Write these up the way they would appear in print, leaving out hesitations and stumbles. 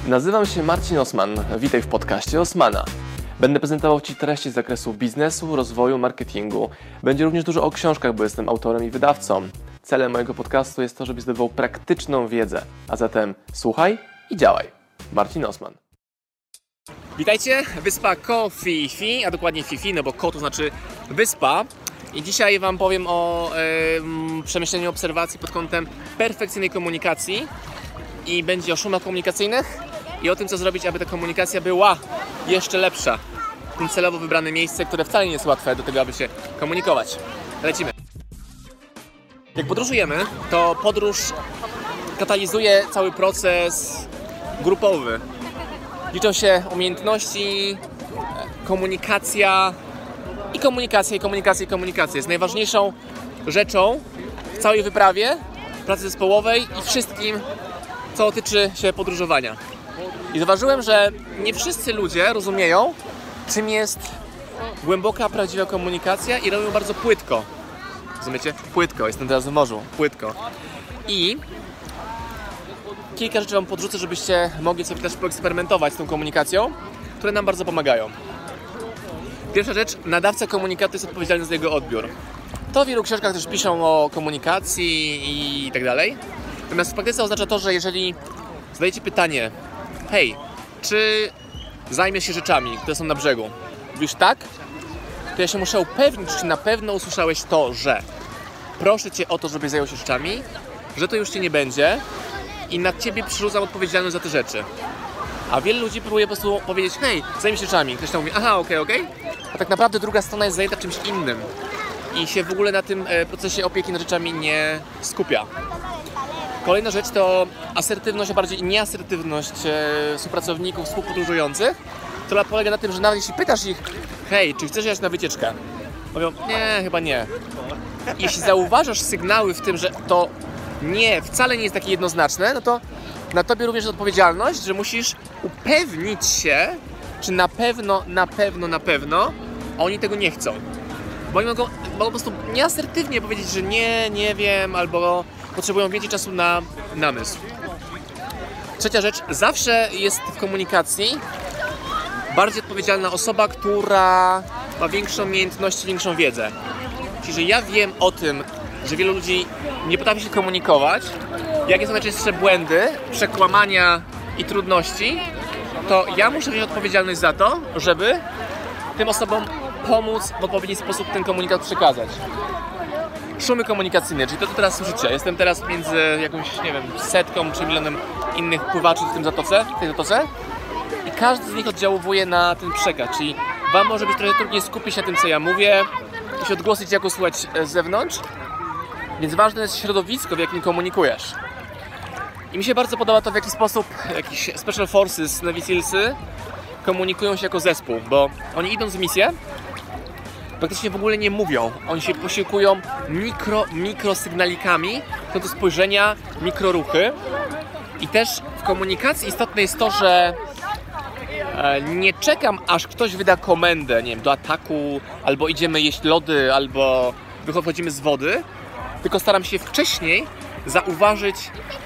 Nazywam się Marcin Osman. Witaj w podcaście Osmana. Będę prezentował Ci treści z zakresu biznesu, rozwoju, marketingu. Będzie również dużo o książkach, bo jestem autorem i wydawcą. Celem mojego podcastu jest to, żebyś zdobywał praktyczną wiedzę. A zatem słuchaj i działaj. Marcin Osman. Witajcie, wyspa Ko Phi, a dokładnie Phi, no bo Ko to znaczy wyspa. I dzisiaj Wam powiem o przemyśleniu obserwacji pod kątem perfekcyjnej komunikacji. I będzie o szumach komunikacyjnych i o tym, co zrobić, aby ta komunikacja była jeszcze lepsza. W celowo wybrane miejsce, które wcale nie jest łatwe do tego, aby się komunikować. Lecimy. Jak podróżujemy, to podróż katalizuje cały proces grupowy. Liczą się umiejętności, komunikacja. Jest najważniejszą rzeczą w całej wyprawie, pracy zespołowej i wszystkim, co tyczy się podróżowania. I zauważyłem, że nie wszyscy ludzie rozumieją, czym jest głęboka, prawdziwa komunikacja i robią bardzo płytko. Rozumiecie? Płytko. Jestem teraz w morzu. Płytko. I kilka rzeczy Wam podrzucę, żebyście mogli sobie też poeksperymentować z tą komunikacją, które nam bardzo pomagają. Pierwsza rzecz, nadawca komunikatu jest odpowiedzialny za jego odbiór. To w wielu książkach też piszą o komunikacji i tak dalej. Natomiast w praktyce oznacza to, że jeżeli zadajecie pytanie: hej, czy zajmiesz się rzeczami, które są na brzegu? Mówisz tak? To ja się muszę upewnić, czy na pewno usłyszałeś to, że proszę Cię o to, żebyś zajął się rzeczami, że to już Cię nie będzie i na Ciebie przerzucam odpowiedzialność za te rzeczy. A wielu ludzi próbuje po prostu powiedzieć: hej, zajmij się rzeczami. Ktoś tam mówi: aha, okej. A tak naprawdę druga strona jest zajęta czymś innym i się w ogóle na tym procesie opieki nad rzeczami nie skupia. Kolejna rzecz to asertywność, a bardziej nieasertywność współpracowników, współpodróżujących, która polega na tym, że nawet jeśli pytasz ich: hej, czy chcesz jechać na wycieczkę? Mówią: nie, chyba nie. Jeśli zauważasz sygnały w tym, że to nie, wcale nie jest takie jednoznaczne, no to na Tobie również jest odpowiedzialność, że musisz upewnić się, czy na pewno oni tego nie chcą. Bo oni mogą po prostu nieasertywnie powiedzieć, że nie wiem, albo potrzebują więcej czasu na namysł. Trzecia rzecz, zawsze jest w komunikacji bardziej odpowiedzialna osoba, która ma większą umiejętność, większą wiedzę. Czyli, że ja wiem o tym, że wielu ludzi nie potrafi się komunikować, jakie są najczęstsze błędy, przekłamania i trudności, to ja muszę wziąć odpowiedzialność za to, żeby tym osobom pomóc w odpowiedni sposób ten komunikat przekazać. Szumy komunikacyjne, czyli to, co teraz słyszycie. Jestem teraz między jakąś, nie wiem, setką czy milionem innych pływaczy w tej zatoce i każdy z nich oddziałuje na ten przekaz, czyli Wam może być trochę trudniej skupić się na tym, co ja mówię, i się odgłosy jako słuchać z zewnątrz, więc ważne jest środowisko, w jakim komunikujesz. I mi się bardzo podoba to, w jaki sposób jakieś Special Forces, Navy Sealsy komunikują się jako zespół, bo oni idąc w misję, praktycznie w ogóle nie mówią. Oni się posiłkują mikrosygnalikami, to spojrzenia, mikroruchy. I też w komunikacji istotne jest to, że nie czekam, aż ktoś wyda komendę, nie wiem, do ataku, albo idziemy jeść lody, albo wychodzimy z wody, tylko staram się wcześniej zauważyć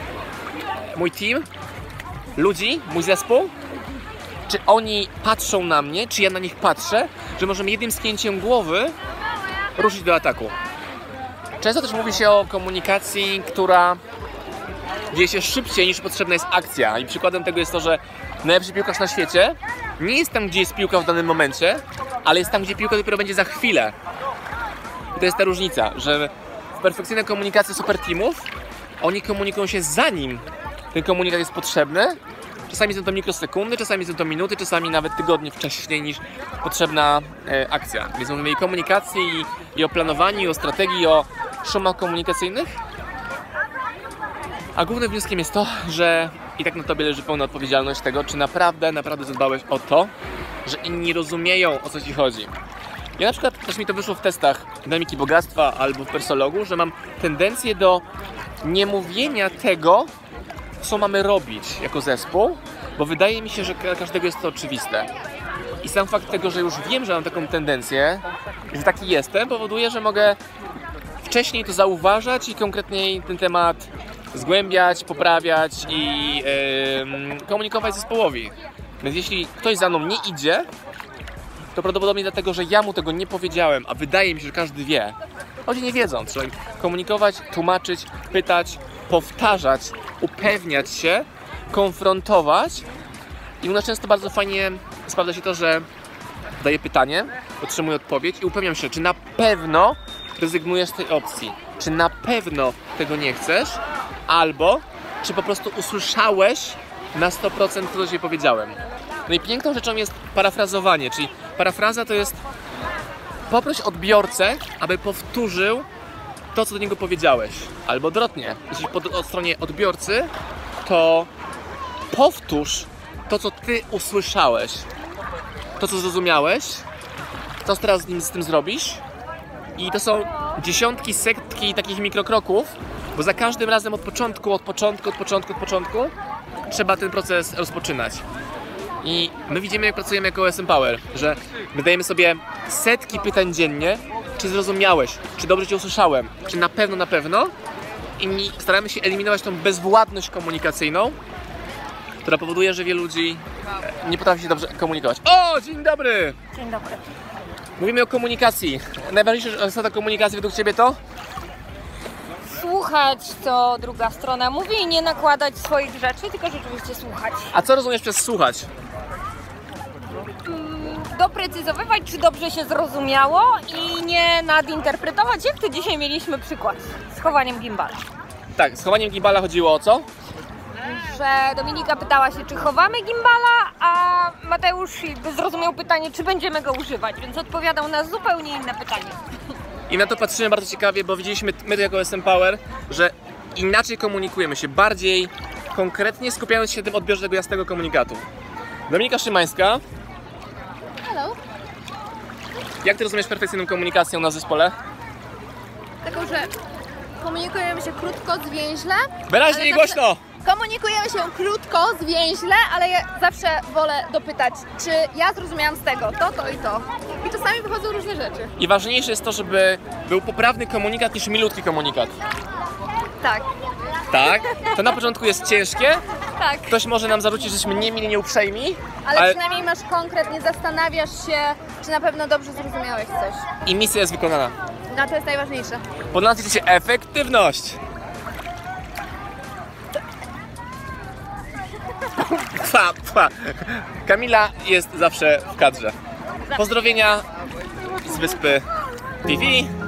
mój team, ludzi, mój zespół, czy oni patrzą na mnie, czy ja na nich patrzę, że możemy jednym skinięciem głowy ruszyć do ataku. Często też mówi się o komunikacji, która dzieje się szybciej niż potrzebna jest akcja. I przykładem tego jest to, że najlepszy piłkarz na świecie nie jest tam, gdzie jest piłka w danym momencie, ale jest tam, gdzie piłka dopiero będzie za chwilę. I to jest ta różnica, że w perfekcyjnej komunikacji super teamów oni komunikują się zanim ten komunikat jest potrzebny. Czasami są to mikrosekundy, czasami są to minuty, czasami nawet tygodnie wcześniej niż potrzebna akcja. Więc mówimy i o komunikacji, i o planowaniu, i o strategii, i o szumach komunikacyjnych. A głównym wnioskiem jest to, że i tak na Tobie leży pełna odpowiedzialność tego, czy naprawdę zadbałeś o to, że inni rozumieją, o co Ci chodzi. Ja na przykład, też mi to wyszło w testach dynamiki bogactwa albo w persologu, że mam tendencję do niemówienia tego, co mamy robić jako zespół, bo wydaje mi się, że dla każdego jest to oczywiste. I sam fakt tego, że już wiem, że mam taką tendencję, że taki jestem, powoduje, że mogę wcześniej to zauważać i konkretniej ten temat zgłębiać, poprawiać i komunikować zespołowi. Więc jeśli ktoś za mną nie idzie, to prawdopodobnie dlatego, że ja mu tego nie powiedziałem, a wydaje mi się, że każdy wie. Ludzie nie wiedzą, trzeba im komunikować, tłumaczyć, pytać, powtarzać, upewniać się, konfrontować. I u nas często bardzo fajnie sprawdza się to, że daję pytanie, otrzymuję odpowiedź i upewniam się, czy na pewno rezygnujesz z tej opcji, czy na pewno tego nie chcesz, albo czy po prostu usłyszałeś na 100% to, co Ci powiedziałem. No i piękną rzeczą jest parafrazowanie, czyli parafraza to jest poproś odbiorcę, aby powtórzył to, co do niego powiedziałeś. Albo odwrotnie, jeśli po stronie odbiorcy, to powtórz to, co Ty usłyszałeś, to, co zrozumiałeś, co teraz z tym zrobisz. I to są dziesiątki, setki takich mikrokroków, bo za każdym razem od początku trzeba ten proces rozpoczynać. I my widzimy, jak pracujemy jako OSM Power, że wydajemy sobie setki pytań dziennie, czy zrozumiałeś, czy dobrze Cię usłyszałem, czy na pewno i staramy się eliminować tą bezwładność komunikacyjną, która powoduje, że wielu ludzi nie potrafi się dobrze komunikować. O, dzień dobry! Dzień dobry. Mówimy o komunikacji. Najważniejsza zasada komunikacji według Ciebie to? Słuchać, co druga strona mówi i nie nakładać swoich rzeczy, tylko rzeczywiście słuchać. A co rozumiesz przez słuchać? Doprecyzowywać, czy dobrze się zrozumiało i nie nadinterpretować, jak to dzisiaj mieliśmy przykład z chowaniem gimbala. Tak, z chowaniem gimbala chodziło o co? Że Dominika pytała się, czy chowamy gimbala, a Mateusz jakby zrozumiał pytanie, czy będziemy go używać, więc odpowiadał na zupełnie inne pytanie. I na to patrzymy bardzo ciekawie, bo widzieliśmy my jako SM Power, że inaczej komunikujemy się, bardziej konkretnie skupiając się na tym odbiorze tego jasnego komunikatu. Dominika Szymańska. Hello. Jak Ty rozumiesz perfekcyjną komunikację na zespole? Taką, że komunikujemy się krótko, zwięźle. Wyraźnie i Ale zawsze- głośno! Komunikujemy się krótko, zwięźle, ale ja zawsze wolę dopytać, czy ja zrozumiałam z tego to i to. I czasami wychodzą różne rzeczy. I ważniejsze jest to, żeby był poprawny komunikat niż milutki komunikat. Tak, Tak? To na początku jest ciężkie. tak. Ktoś może nam zarzucić, że jesteśmy niemili, nieuprzejmi, Ale przynajmniej masz konkret, nie zastanawiasz się, czy na pewno dobrze zrozumiałeś coś. i misja jest wykonana. No to jest najważniejsze. Po nas liczy się efektywność. Pfa. Kamila jest zawsze w kadrze. Pozdrowienia z wyspy TV.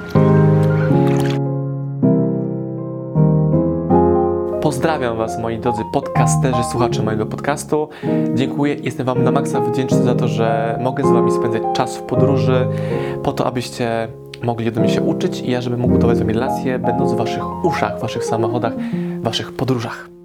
Pozdrawiam Was, moi drodzy podcasterzy, słuchacze mojego podcastu. Dziękuję, jestem Wam na maksa wdzięczny za to, że mogę z Wami spędzać czas w podróży, po to, abyście mogli ode mnie się uczyć i ja, żebym mógł budować z Wami relacje, będąc w Waszych uszach, w Waszych samochodach, w Waszych podróżach.